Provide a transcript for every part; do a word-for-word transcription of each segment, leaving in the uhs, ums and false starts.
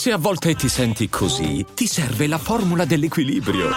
Se a volte ti senti così, ti serve la formula dell'equilibrio.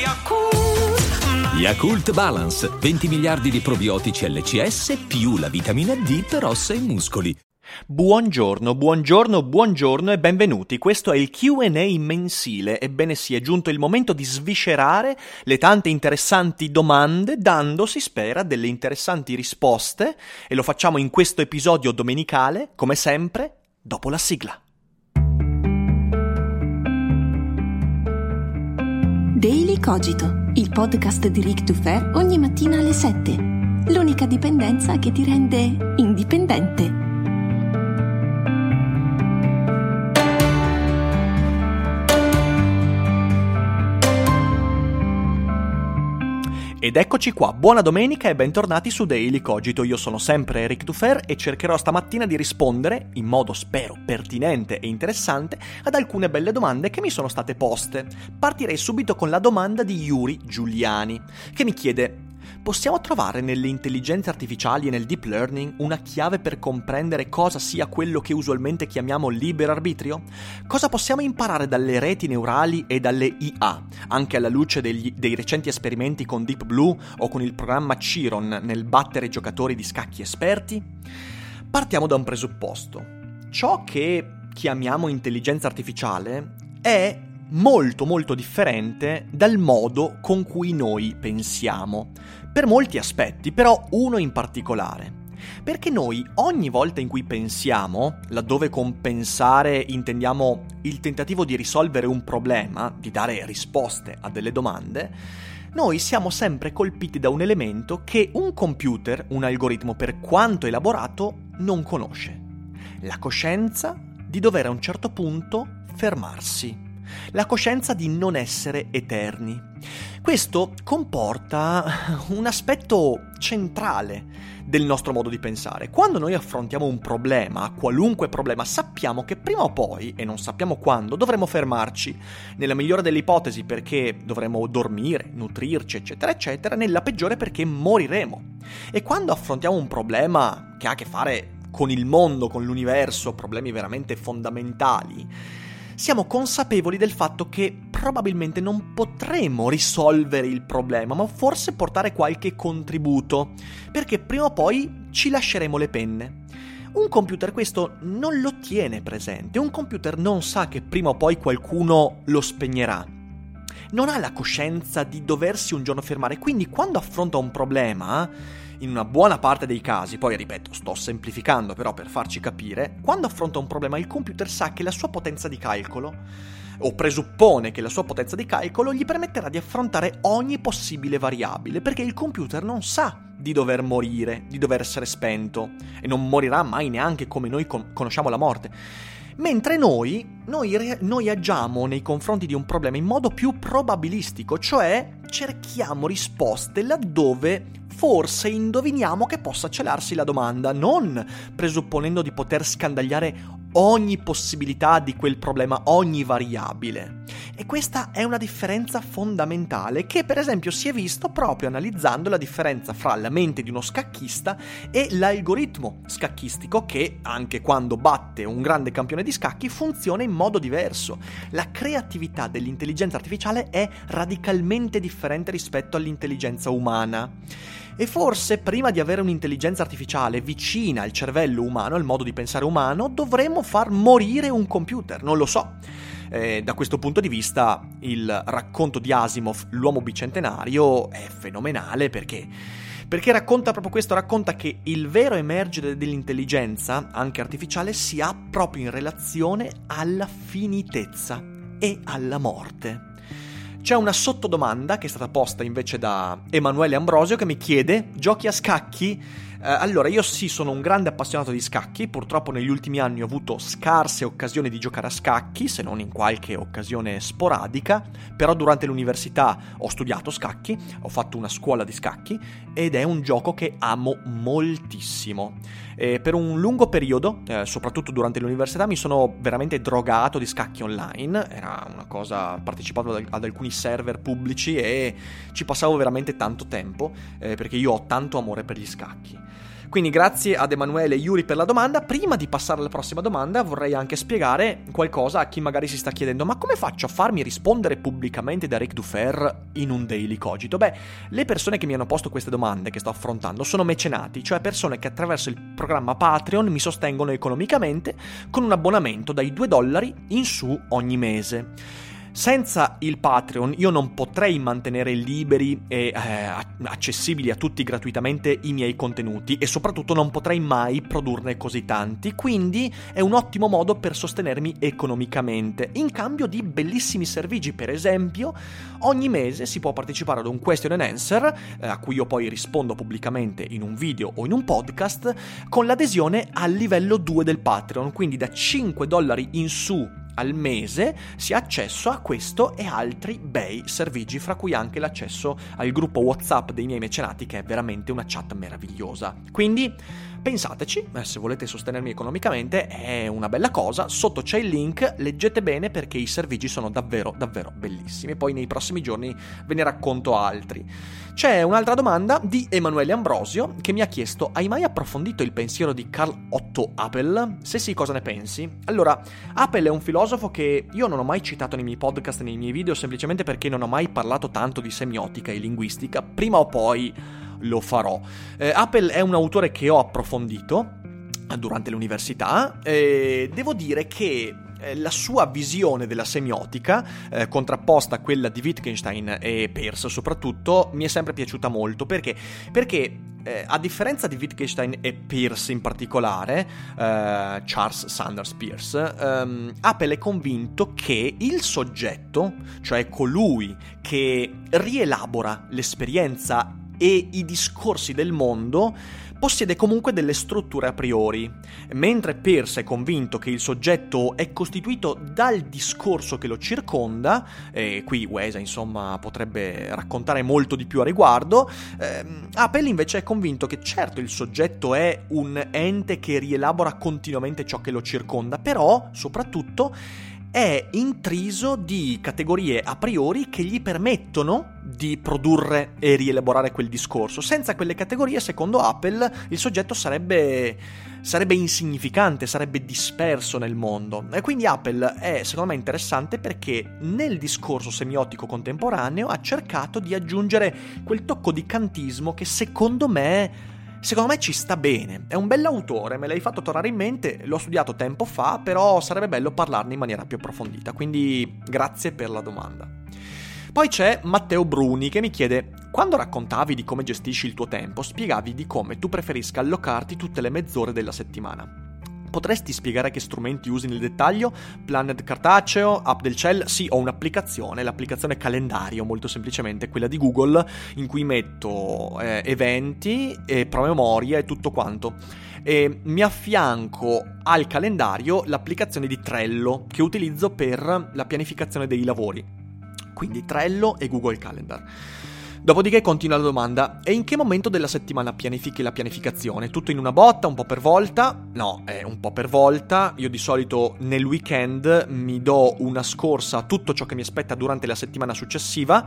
Yakult Balance, venti miliardi di probiotici L C S più la vitamina D per ossa e muscoli. Buongiorno, buongiorno, buongiorno e benvenuti. Questo è il Q and A mensile. Ebbene sì, è giunto il momento di sviscerare le tante interessanti domande, dando, si spera, delle interessanti risposte, e lo facciamo in questo episodio domenicale, come sempre, dopo la sigla. Daily Cogito, il podcast di Rick Dufer ogni mattina alle sette. L'unica dipendenza che ti rende indipendente. Ed eccoci qua, buona domenica e bentornati su Daily Cogito. Io sono sempre Rick Dufer e cercherò stamattina di rispondere, in modo spero pertinente e interessante, ad alcune belle domande che mi sono state poste. Partirei subito con la domanda di Yuri Giuliani, che mi chiede: possiamo trovare nelle intelligenze artificiali e nel deep learning una chiave per comprendere cosa sia quello che usualmente chiamiamo libero arbitrio? Cosa possiamo imparare dalle reti neurali e dalle I A, anche alla luce degli, dei recenti esperimenti con Deep Blue o con il programma Chiron nel battere giocatori di scacchi esperti? Partiamo da un presupposto. Ciò che chiamiamo intelligenza artificiale è molto molto differente dal modo con cui noi pensiamo, per molti aspetti, però uno in particolare. Perché noi ogni volta in cui pensiamo, laddove con pensare intendiamo il tentativo di risolvere un problema, di dare risposte a delle domande, noi siamo sempre colpiti da un elemento che un computer, un algoritmo per quanto elaborato, non conosce: la coscienza di dover a un certo punto fermarsi. La coscienza di non essere eterni. Questo comporta un aspetto centrale del nostro modo di pensare. Quando noi affrontiamo un problema, qualunque problema, sappiamo che prima o poi, e non sappiamo quando, dovremo fermarci. Nella migliore delle ipotesi perché dovremo dormire, nutrirci, eccetera, eccetera. Nella peggiore perché moriremo. E quando affrontiamo un problema che ha a che fare con il mondo, con l'universo, problemi veramente fondamentali, siamo consapevoli del fatto che probabilmente non potremo risolvere il problema, ma forse portare qualche contributo, perché prima o poi ci lasceremo le penne. Un computer questo non lo tiene presente, un computer non sa che prima o poi qualcuno lo spegnerà. Non ha la coscienza di doversi un giorno fermare, quindi quando affronta un problema, in una buona parte dei casi, poi ripeto, sto semplificando però per farci capire, quando affronta un problema il computer sa che la sua potenza di calcolo, o presuppone che la sua potenza di calcolo gli permetterà di affrontare ogni possibile variabile, perché il computer non sa di dover morire, di dover essere spento, e non morirà mai neanche come noi con- conosciamo la morte. Mentre noi, noi, re- noi agiamo nei confronti di un problema in modo più probabilistico, cioè cerchiamo risposte laddove forse indoviniamo che possa celarsi la domanda, non presupponendo di poter scandagliare ogni possibilità di quel problema, ogni variabile. E questa è una differenza fondamentale che per esempio si è visto proprio analizzando la differenza fra la mente di uno scacchista e l'algoritmo scacchistico, che anche quando batte un grande campione di scacchi funziona in modo diverso. La creatività dell'intelligenza artificiale è radicalmente differente rispetto all'intelligenza umana. E forse prima di avere un'intelligenza artificiale vicina al cervello umano, al modo di pensare umano, dovremmo far morire un computer, non lo so. Eh, da questo punto di vista il racconto di Asimov, L'uomo bicentenario, è fenomenale perché... Perché racconta proprio questo, racconta che il vero emergere dell'intelligenza, anche artificiale, si ha proprio in relazione alla finitezza e alla morte. C'è una sottodomanda che è stata posta invece da Emanuele Ambrosio che mi chiede: giochi a scacchi? Eh, allora, io sì, sono un grande appassionato di scacchi, purtroppo negli ultimi anni ho avuto scarse occasioni di giocare a scacchi, se non in qualche occasione sporadica, però durante l'università ho studiato scacchi, ho fatto una scuola di scacchi ed è un gioco che amo moltissimo. E per un lungo periodo, eh, soprattutto durante l'università, mi sono veramente drogato di scacchi online, era una cosa, partecipavo ad, ad alcuni server pubblici e ci passavo veramente tanto tempo, eh, perché io ho tanto amore per gli scacchi. Quindi grazie ad Emanuele e Yuri per la domanda. Prima di passare alla prossima domanda vorrei anche spiegare qualcosa a chi magari si sta chiedendo: ma come faccio a farmi rispondere pubblicamente da Ric Dufer in un Daily Cogito? Beh, le persone che mi hanno posto queste domande che sto affrontando sono mecenati, cioè persone che attraverso il programma Patreon mi sostengono economicamente con un abbonamento dai due dollari in su ogni mese. Senza il Patreon io non potrei mantenere liberi e eh, accessibili a tutti gratuitamente i miei contenuti e soprattutto non potrei mai produrne così tanti, quindi è un ottimo modo per sostenermi economicamente, in cambio di bellissimi servigi. Per esempio, ogni mese si può partecipare ad un question and answer eh, a cui io poi rispondo pubblicamente in un video o in un podcast con l'adesione al livello due del Patreon, quindi da cinque dollari in su al mese si ha accesso a questo e altri bei servigi, fra cui anche l'accesso al gruppo WhatsApp dei miei mecenati, che è veramente una chat meravigliosa. Quindi pensateci, se volete sostenermi economicamente è una bella cosa. Sotto c'è il link, leggete bene perché i servigi sono davvero davvero bellissimi. Poi nei prossimi giorni ve ne racconto altri. C'è un'altra domanda di Emanuele Ambrosio che mi ha chiesto: hai mai approfondito il pensiero di Karl Otto Appel? Se sì, cosa ne pensi? Allora, Appel è un filosofo che io non ho mai citato nei miei podcast e nei miei video, semplicemente perché non ho mai parlato tanto di semiotica e linguistica. Prima o poi lo farò. Eh, Appel è un autore che ho approfondito durante l'università e devo dire che la sua visione della semiotica, eh, contrapposta a quella di Wittgenstein e Peirce soprattutto, mi è sempre piaciuta molto. Perché? Perché eh, a differenza di Wittgenstein e Peirce in particolare, eh, Charles Sanders Peirce, ehm, Appel è convinto che il soggetto, cioè colui che rielabora l'esperienza e i discorsi del mondo, possiede comunque delle strutture a priori, mentre Peirce è convinto che il soggetto è costituito dal discorso che lo circonda, e qui Wesa insomma potrebbe raccontare molto di più a riguardo. eh, Appel invece è convinto che certo il soggetto è un ente che rielabora continuamente ciò che lo circonda, però soprattutto è intriso di categorie a priori che gli permettono di produrre e rielaborare quel discorso. Senza quelle categorie, secondo Appel, il soggetto sarebbe, sarebbe insignificante, sarebbe disperso nel mondo. E quindi Appel è, secondo me, interessante perché nel discorso semiotico contemporaneo ha cercato di aggiungere quel tocco di kantismo che secondo me... Secondo me ci sta bene, è un bell'autore, me l'hai fatto tornare in mente, l'ho studiato tempo fa, però sarebbe bello parlarne in maniera più approfondita, quindi grazie per la domanda. Poi c'è Matteo Bruni che mi chiede: quando raccontavi di come gestisci il tuo tempo, spiegavi di come tu preferisca allocarti tutte le mezz'ore della settimana. Potresti spiegare che strumenti usi nel dettaglio? Planner cartaceo, app del ciel? Sì, ho un'applicazione, l'applicazione calendario, molto semplicemente, quella di Google, in cui metto eh, eventi e promemoria e tutto quanto. E mi affianco al calendario l'applicazione di Trello, che utilizzo per la pianificazione dei lavori. Quindi Trello e Google Calendar. Dopodiché continua la domanda: e in che momento della settimana pianifichi la pianificazione? Tutto in una botta, un po' per volta? No, è un po' per volta. Io di solito nel weekend mi do una scorsa a tutto ciò che mi aspetta durante la settimana successiva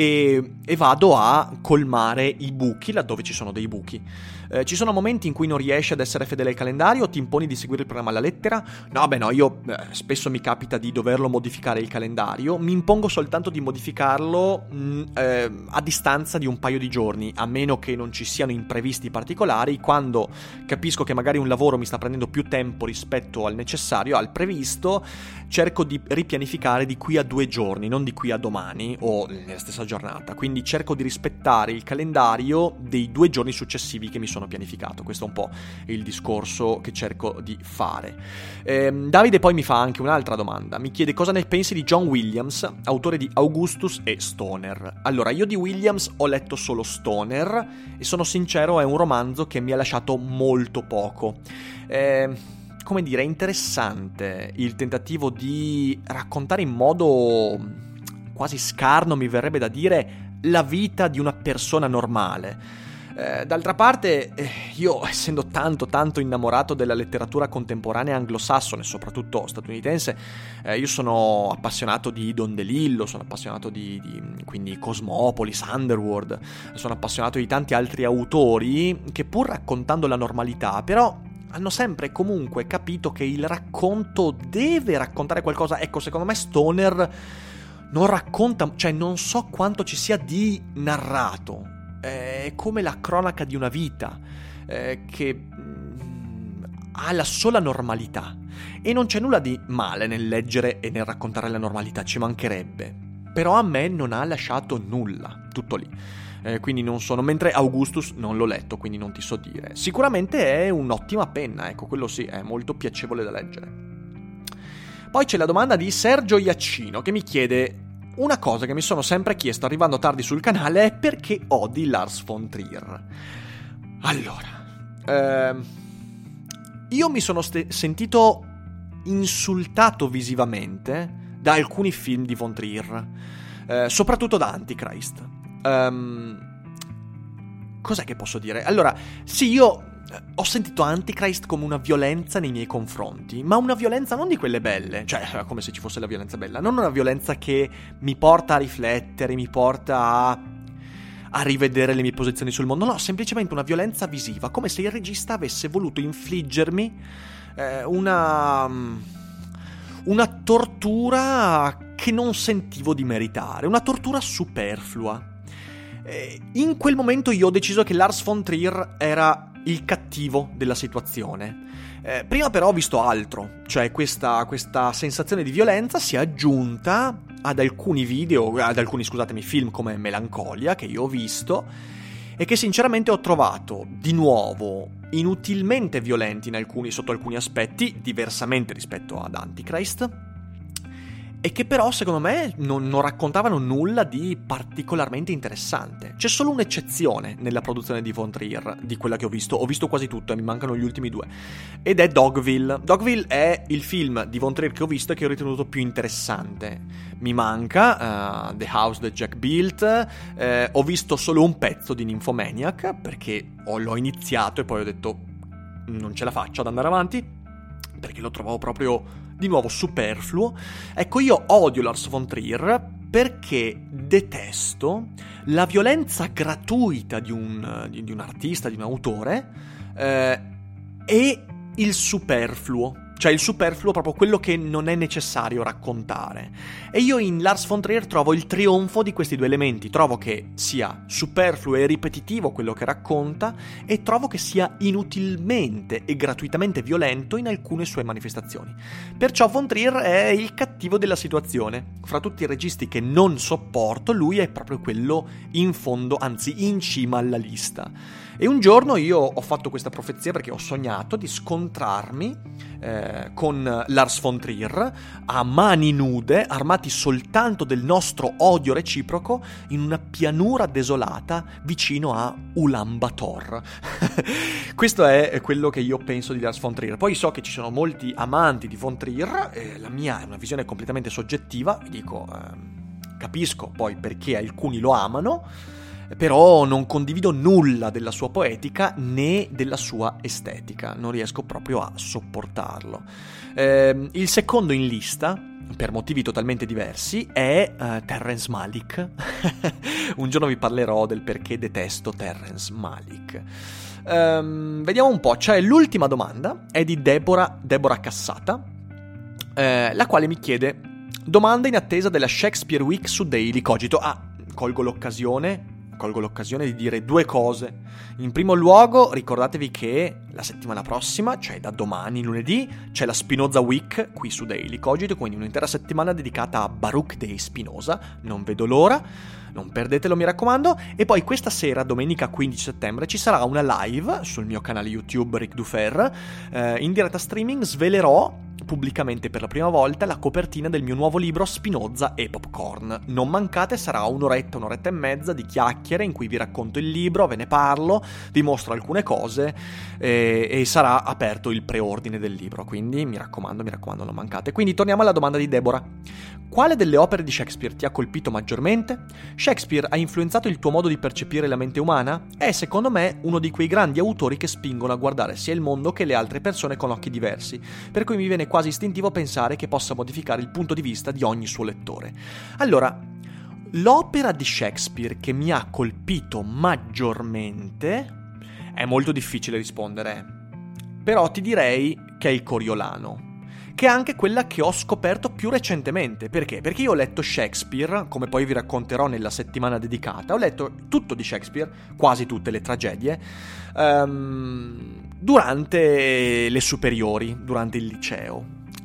e, e vado a colmare i buchi laddove ci sono dei buchi. Eh, ci sono momenti in cui non riesci ad essere fedele al calendario o ti imponi di seguire il programma alla lettera? No, beh no, io eh, spesso mi capita di doverlo modificare il calendario, mi impongo soltanto di modificarlo mh, eh, a distanza di un paio di giorni, a meno che non ci siano imprevisti particolari. Quando capisco che magari un lavoro mi sta prendendo più tempo rispetto al necessario, al previsto, cerco di ripianificare di qui a due giorni, non di qui a domani o nella stessa giornata. Quindi cerco di rispettare il calendario dei due giorni successivi che mi sono pianificato. Questo è un po' il discorso che cerco di fare. ehm, Davide poi mi fa anche un'altra domanda, mi chiede cosa ne pensi di John Williams, autore di Augustus e Stoner. Allora, io di Williams ho letto solo Stoner e sono sincero, è un romanzo che mi ha lasciato molto poco. eh, come dire, è interessante il tentativo di raccontare in modo quasi scarno, mi verrebbe da dire, la vita di una persona normale. Eh, d'altra parte, eh, io essendo tanto tanto innamorato della letteratura contemporanea anglosassone, soprattutto statunitense, eh, io sono appassionato di Don DeLillo, sono appassionato di, di quindi Cosmopolis, Underworld, sono appassionato di tanti altri autori che pur raccontando la normalità, però hanno sempre comunque capito che il racconto deve raccontare qualcosa. Ecco, secondo me Stoner non racconta, cioè non so quanto ci sia di narrato, è come la cronaca di una vita eh, che mh, ha la sola normalità, e non c'è nulla di male nel leggere e nel raccontare la normalità, ci mancherebbe, però a me non ha lasciato nulla, tutto lì. Eh, quindi non sono, mentre Augustus non l'ho letto, quindi non ti so dire. Sicuramente è un'ottima penna, ecco, quello sì, è molto piacevole da leggere. Poi c'è la domanda di Sergio Iaccino che mi chiede una cosa che mi sono sempre chiesto arrivando tardi sul canale: è perché odi Lars von Trier. Allora, ehm, io mi sono st- sentito insultato visivamente da alcuni film di von Trier, eh, soprattutto da Antichrist. Um, cos'è che posso dire? Allora, sì, io ho sentito Antichrist come una violenza nei miei confronti, ma una violenza non di quelle belle, cioè come se ci fosse la violenza bella, non una violenza che mi porta a riflettere, mi porta a, a rivedere le mie posizioni sul mondo, no, semplicemente una violenza visiva, come se il regista avesse voluto infliggermi eh, una... una tortura che non sentivo di meritare, una tortura superflua. In quel momento io ho deciso che Lars von Trier era il cattivo della situazione. Eh, prima però ho visto altro, cioè questa, questa sensazione di violenza si è aggiunta ad alcuni video, ad alcuni, scusatemi, film come Melancolia che io ho visto e che sinceramente ho trovato di nuovo inutilmente violenti in alcuni, sotto alcuni aspetti, diversamente rispetto ad Antichrist, e che però secondo me non, non raccontavano nulla di particolarmente interessante. C'è solo un'eccezione nella produzione di von Trier, di quella che ho visto. Ho visto quasi tutto e mi mancano gli ultimi due, ed è Dogville. Dogville è il film di von Trier che ho visto e che ho ritenuto più interessante. Mi manca uh, The House That Jack Built. uh, Ho visto solo un pezzo di Nymphomaniac perché ho, l'ho iniziato e poi ho detto non ce la faccio ad andare avanti, perché lo trovavo proprio di nuovo superfluo. Ecco, io odio Lars von Trier perché detesto la violenza gratuita di un, di, di un artista, di un autore, eh, e il superfluo. Cioè il superfluo, proprio quello che non è necessario raccontare. E io in Lars von Trier trovo il trionfo di questi due elementi. Trovo che sia superfluo e ripetitivo quello che racconta, e trovo che sia inutilmente e gratuitamente violento in alcune sue manifestazioni. Perciò von Trier è il cattivo della situazione. Fra tutti i registi che non sopporto, lui è proprio quello in fondo, anzi in cima alla lista. E un giorno io ho fatto questa profezia perché ho sognato di scontrarmi eh, con Lars von Trier a mani nude, armati soltanto del nostro odio reciproco, in una pianura desolata vicino a Ulaanbaatar. Questo è quello che io penso di Lars von Trier. Poi so che ci sono molti amanti di von Trier, eh, la mia è una visione completamente soggettiva, vi dico, eh, capisco poi perché alcuni lo amano, però non condivido nulla della sua poetica né della sua estetica, non riesco proprio a sopportarlo. Eh, il secondo in lista, per motivi totalmente diversi, è uh, Terrence Malick. Un giorno vi parlerò del perché detesto Terrence Malick. Um, vediamo un po', c'è l'ultima domanda, è di Deborah, Deborah Cassata, eh, la quale mi chiede: domanda in attesa della Shakespeare Week su Daily Cogito. Ah, colgo l'occasione Colgo l'occasione di dire due cose. In primo luogo, ricordatevi che la settimana prossima, cioè da domani, lunedì, c'è la Spinoza Week qui su Daily Cogito, quindi un'intera settimana dedicata a Baruch dei Spinoza. Non vedo l'ora, non perdetelo, mi raccomando. E poi questa sera, domenica quindici settembre, ci sarà una live sul mio canale YouTube Ric Dufer. Eh, in diretta streaming svelerò pubblicamente per la prima volta la copertina del mio nuovo libro Spinoza e Popcorn. Non mancate, sarà un'oretta, un'oretta e mezza di chiacchiere in cui vi racconto il libro, ve ne parlo, vi mostro alcune cose e, e sarà aperto il preordine del libro, quindi mi raccomando, mi raccomando, non mancate. Quindi torniamo alla domanda di Deborah. Quale delle opere di Shakespeare ti ha colpito maggiormente? Shakespeare ha influenzato il tuo modo di percepire la mente umana? È, secondo me, uno di quei grandi autori che spingono a guardare sia il mondo che le altre persone con occhi diversi, per cui mi viene quasi istintivo pensare che possa modificare il punto di vista di ogni suo lettore. Allora, l'opera di Shakespeare che mi ha colpito maggiormente è molto difficile rispondere, però ti direi che è il Coriolano, che è anche quella che ho scoperto più recentemente. Perché? Perché io ho letto Shakespeare, come poi vi racconterò nella settimana dedicata, ho letto tutto di Shakespeare, quasi tutte le tragedie, um, durante le superiori, durante il liceo.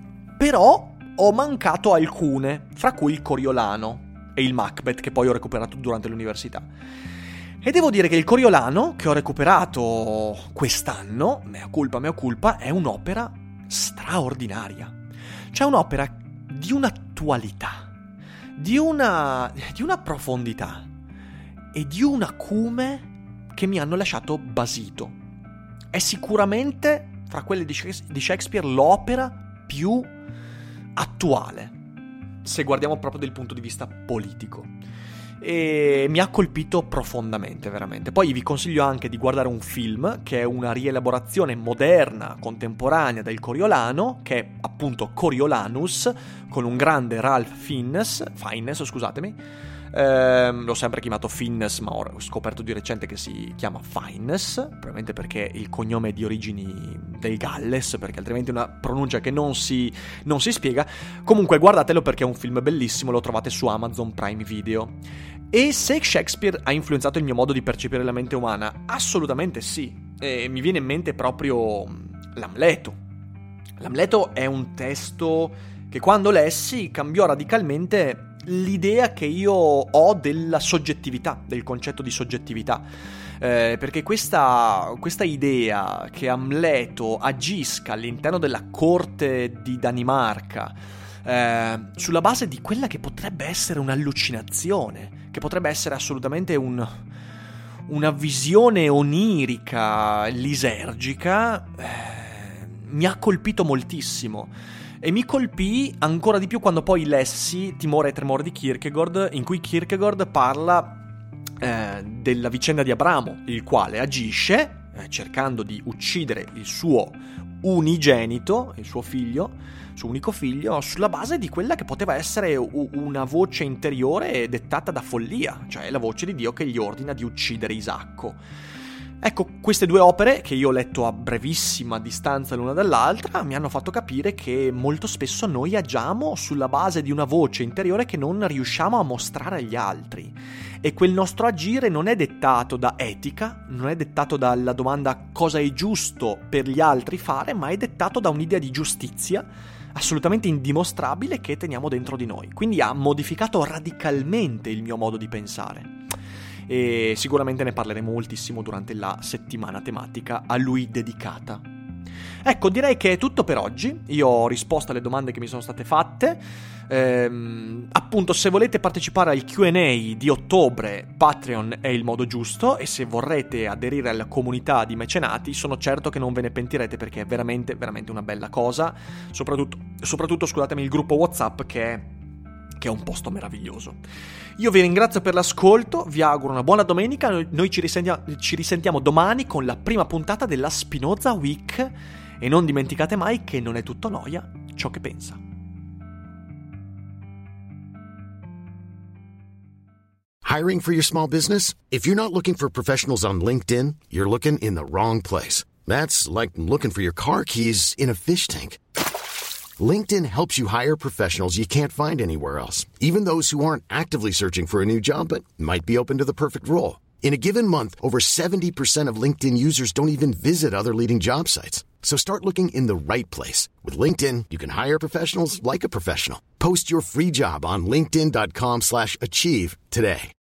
Però ho mancato alcune, fra cui il Coriolano e il Macbeth, che poi ho recuperato durante l'università. E devo dire che il Coriolano, che ho recuperato quest'anno, mea culpa, mea culpa, è un'opera straordinaria. C'è un'opera di un'attualità, di una, di una profondità e di un acume che mi hanno lasciato basito. È sicuramente, fra quelle di Shakespeare, l'opera più attuale, se guardiamo proprio dal punto di vista politico. E mi ha colpito profondamente, veramente. Poi vi consiglio anche di guardare un film che è una rielaborazione moderna, contemporanea del Coriolano, che è appunto Coriolanus, con un grande Ralph Fiennes, Fiennes, scusatemi. Eh, l'ho sempre chiamato Fiennes, ma ho scoperto di recente che si chiama Fiennes, probabilmente perché il cognome è di origini del Galles, perché altrimenti è una pronuncia che non si, non si spiega. Comunque guardatelo perché è un film bellissimo, lo trovate su Amazon Prime Video. E se Shakespeare ha influenzato il mio modo di percepire la mente umana? Assolutamente sì. E mi viene in mente proprio l'Amleto. L'Amleto è un testo che quando lessi cambiò radicalmente l'idea che io ho della soggettività, del concetto di soggettività. Eh, perché questa, questa idea che Amleto agisca all'interno della corte di Danimarca eh, sulla base di quella che potrebbe essere un'allucinazione, che potrebbe essere assolutamente un, una visione onirica, lisergica, eh, mi ha colpito moltissimo. E mi colpì ancora di più quando poi lessi Timore e tremore di Kierkegaard, in cui Kierkegaard parla eh, della vicenda di Abramo, il quale agisce eh, cercando di uccidere il suo unigenito, il suo figlio, il suo unico figlio, sulla base di quella che poteva essere u- una voce interiore dettata da follia, cioè la voce di Dio che gli ordina di uccidere Isacco. Ecco, queste due opere, che io ho letto a brevissima distanza l'una dall'altra, mi hanno fatto capire che molto spesso noi agiamo sulla base di una voce interiore che non riusciamo a mostrare agli altri. E quel nostro agire non è dettato da etica, non è dettato dalla domanda cosa è giusto per gli altri fare, ma è dettato da un'idea di giustizia assolutamente indimostrabile che teniamo dentro di noi. Quindi ha modificato radicalmente il mio modo di pensare. E sicuramente ne parleremo moltissimo durante la settimana tematica a lui dedicata. Ecco, direi che è tutto per oggi. Io ho risposto alle domande che mi sono state fatte. Ehm, appunto, se volete partecipare al Q and A di ottobre, Patreon è il modo giusto, e se vorrete aderire alla comunità di mecenati, sono certo che non ve ne pentirete, perché è veramente, veramente una bella cosa. Soprattutto, soprattutto scusatemi, il gruppo WhatsApp che è che è un posto meraviglioso. Io vi ringrazio per l'ascolto, vi auguro una buona domenica, noi ci risentiamo, ci risentiamo domani con la prima puntata della Spinoza Week, e non dimenticate mai che non è tutto noia ciò che pensa. Hiring for your small business? If you're not looking for professionals on LinkedIn, you're looking in the wrong place. That's like looking for your car keys in a fish tank. LinkedIn helps you hire professionals you can't find anywhere else, even those who aren't actively searching for a new job but might be open to the perfect role. In a given month, over seventy percent of LinkedIn users don't even visit other leading job sites. So start looking in the right place. With LinkedIn, you can hire professionals like a professional. Post your free job on linkedin dot com slash achieve today.